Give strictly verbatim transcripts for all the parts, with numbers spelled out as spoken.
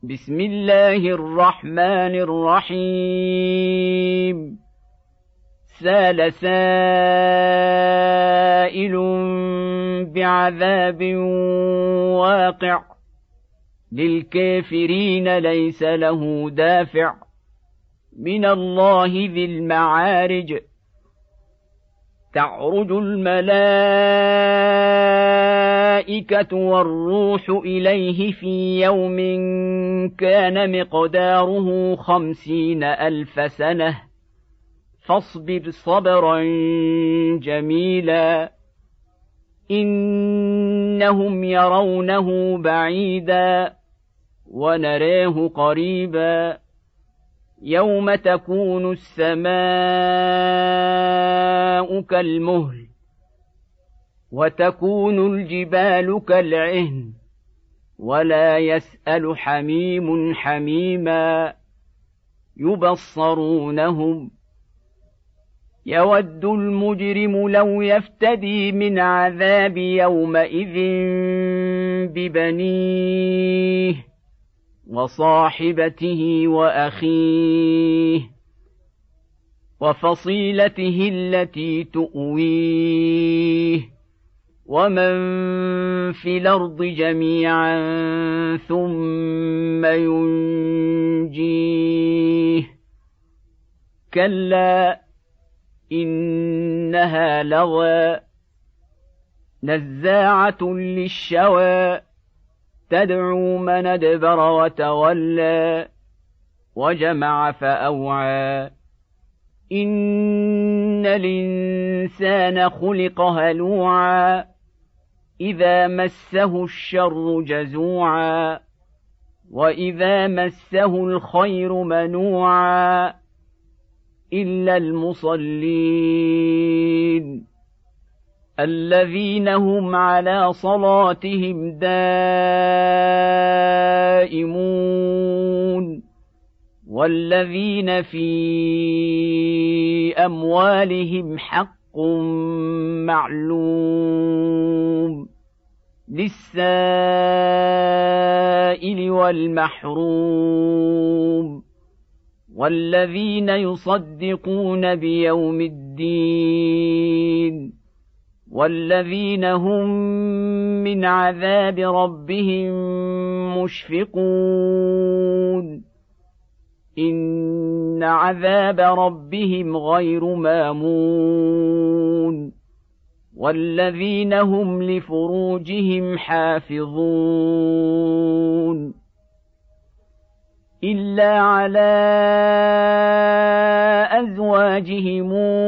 بسم الله الرحمن الرحيم سال سائل بعذاب واقع للكافرين ليس له دافع من الله ذي المعارج تعرج الملائكة والروح إليه في يوم كان مقداره خمسين ألف سنة فاصبر صبرا جميلا إنهم يرونه بعيدا ونراه قريبا يوم تكون السماء كالمهل وتكون الجبال كالعهن ولا يسأل حميم حميما يبصرونهم يود المجرم لو يفتدي من عذاب يومئذ ببنيه وصاحبته وأخيه وفصيلته التي تؤويه ومن في الأرض جميعا ثم ينجيه كلا إنها لظى نزاعة للشوى تدعو من أدبر وتولى وجمع فأوعى إن الإنسان خلق هلوعا إذا مسه الشر جزوعا وإذا مسه الخير منوعا إلا المصلين الذين هم على صلاتهم دائمون والذين في أموالهم حق معلوم للسائل والمحروم والذين يصدقون بيوم الدين والذين هم من عذاب ربهم مشفقون إن عذاب ربهم غير مامون والذين هم لفروجهم حافظون إلا على أزواجهم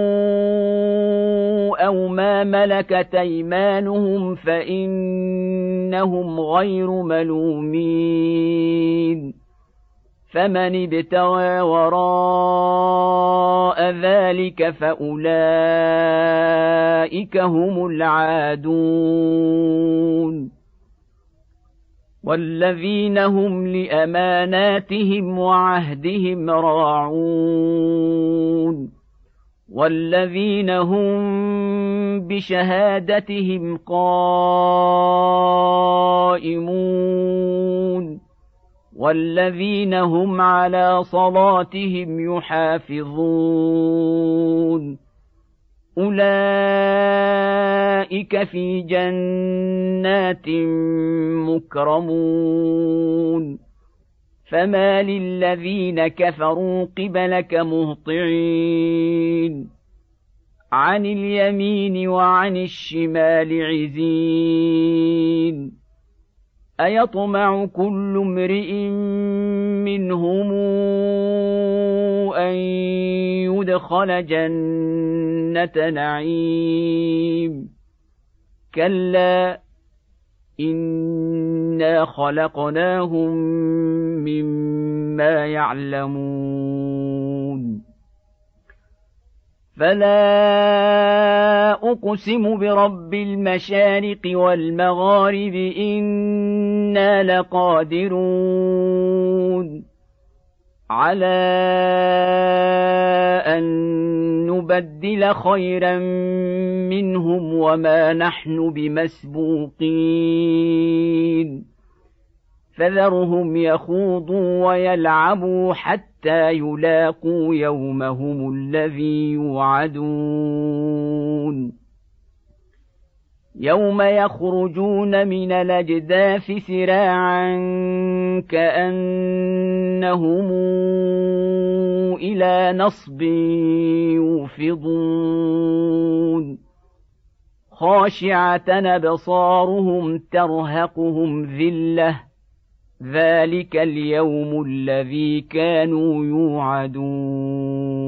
أو ما ملكت أيمانهم فإنهم غير ملومين فمن ابتغى وراء ذلك فأولئك هم العادون والذين هم لأماناتهم وعهدهم راعون والذين هم بشهادتهم قائمون والذين هم على صلاتهم يحافظون أولئك في جنات مكرمون فما للذين كفروا قبلك مهطعين عن اليمين وعن الشمال عزين أيطمع كل امرئ منهم أن يدخل جنة نعيم كلا إنا خلقناهم مما يعلمون فلا أقسم برب المشارق والمغارب إنا لقادرون على أن نبدل خيرا منهم وما نحن بمسبوقين فذرهم يخوضوا ويلعبوا حتى يلاقوا يومهم الذي يوعدون يوم يخرجون من الأجداث سراعا كأنهم إلى نصب يوفضون خاشعة أبصارهم ترهقهم ذلة ذلك اليوم الذي كانوا يوعدون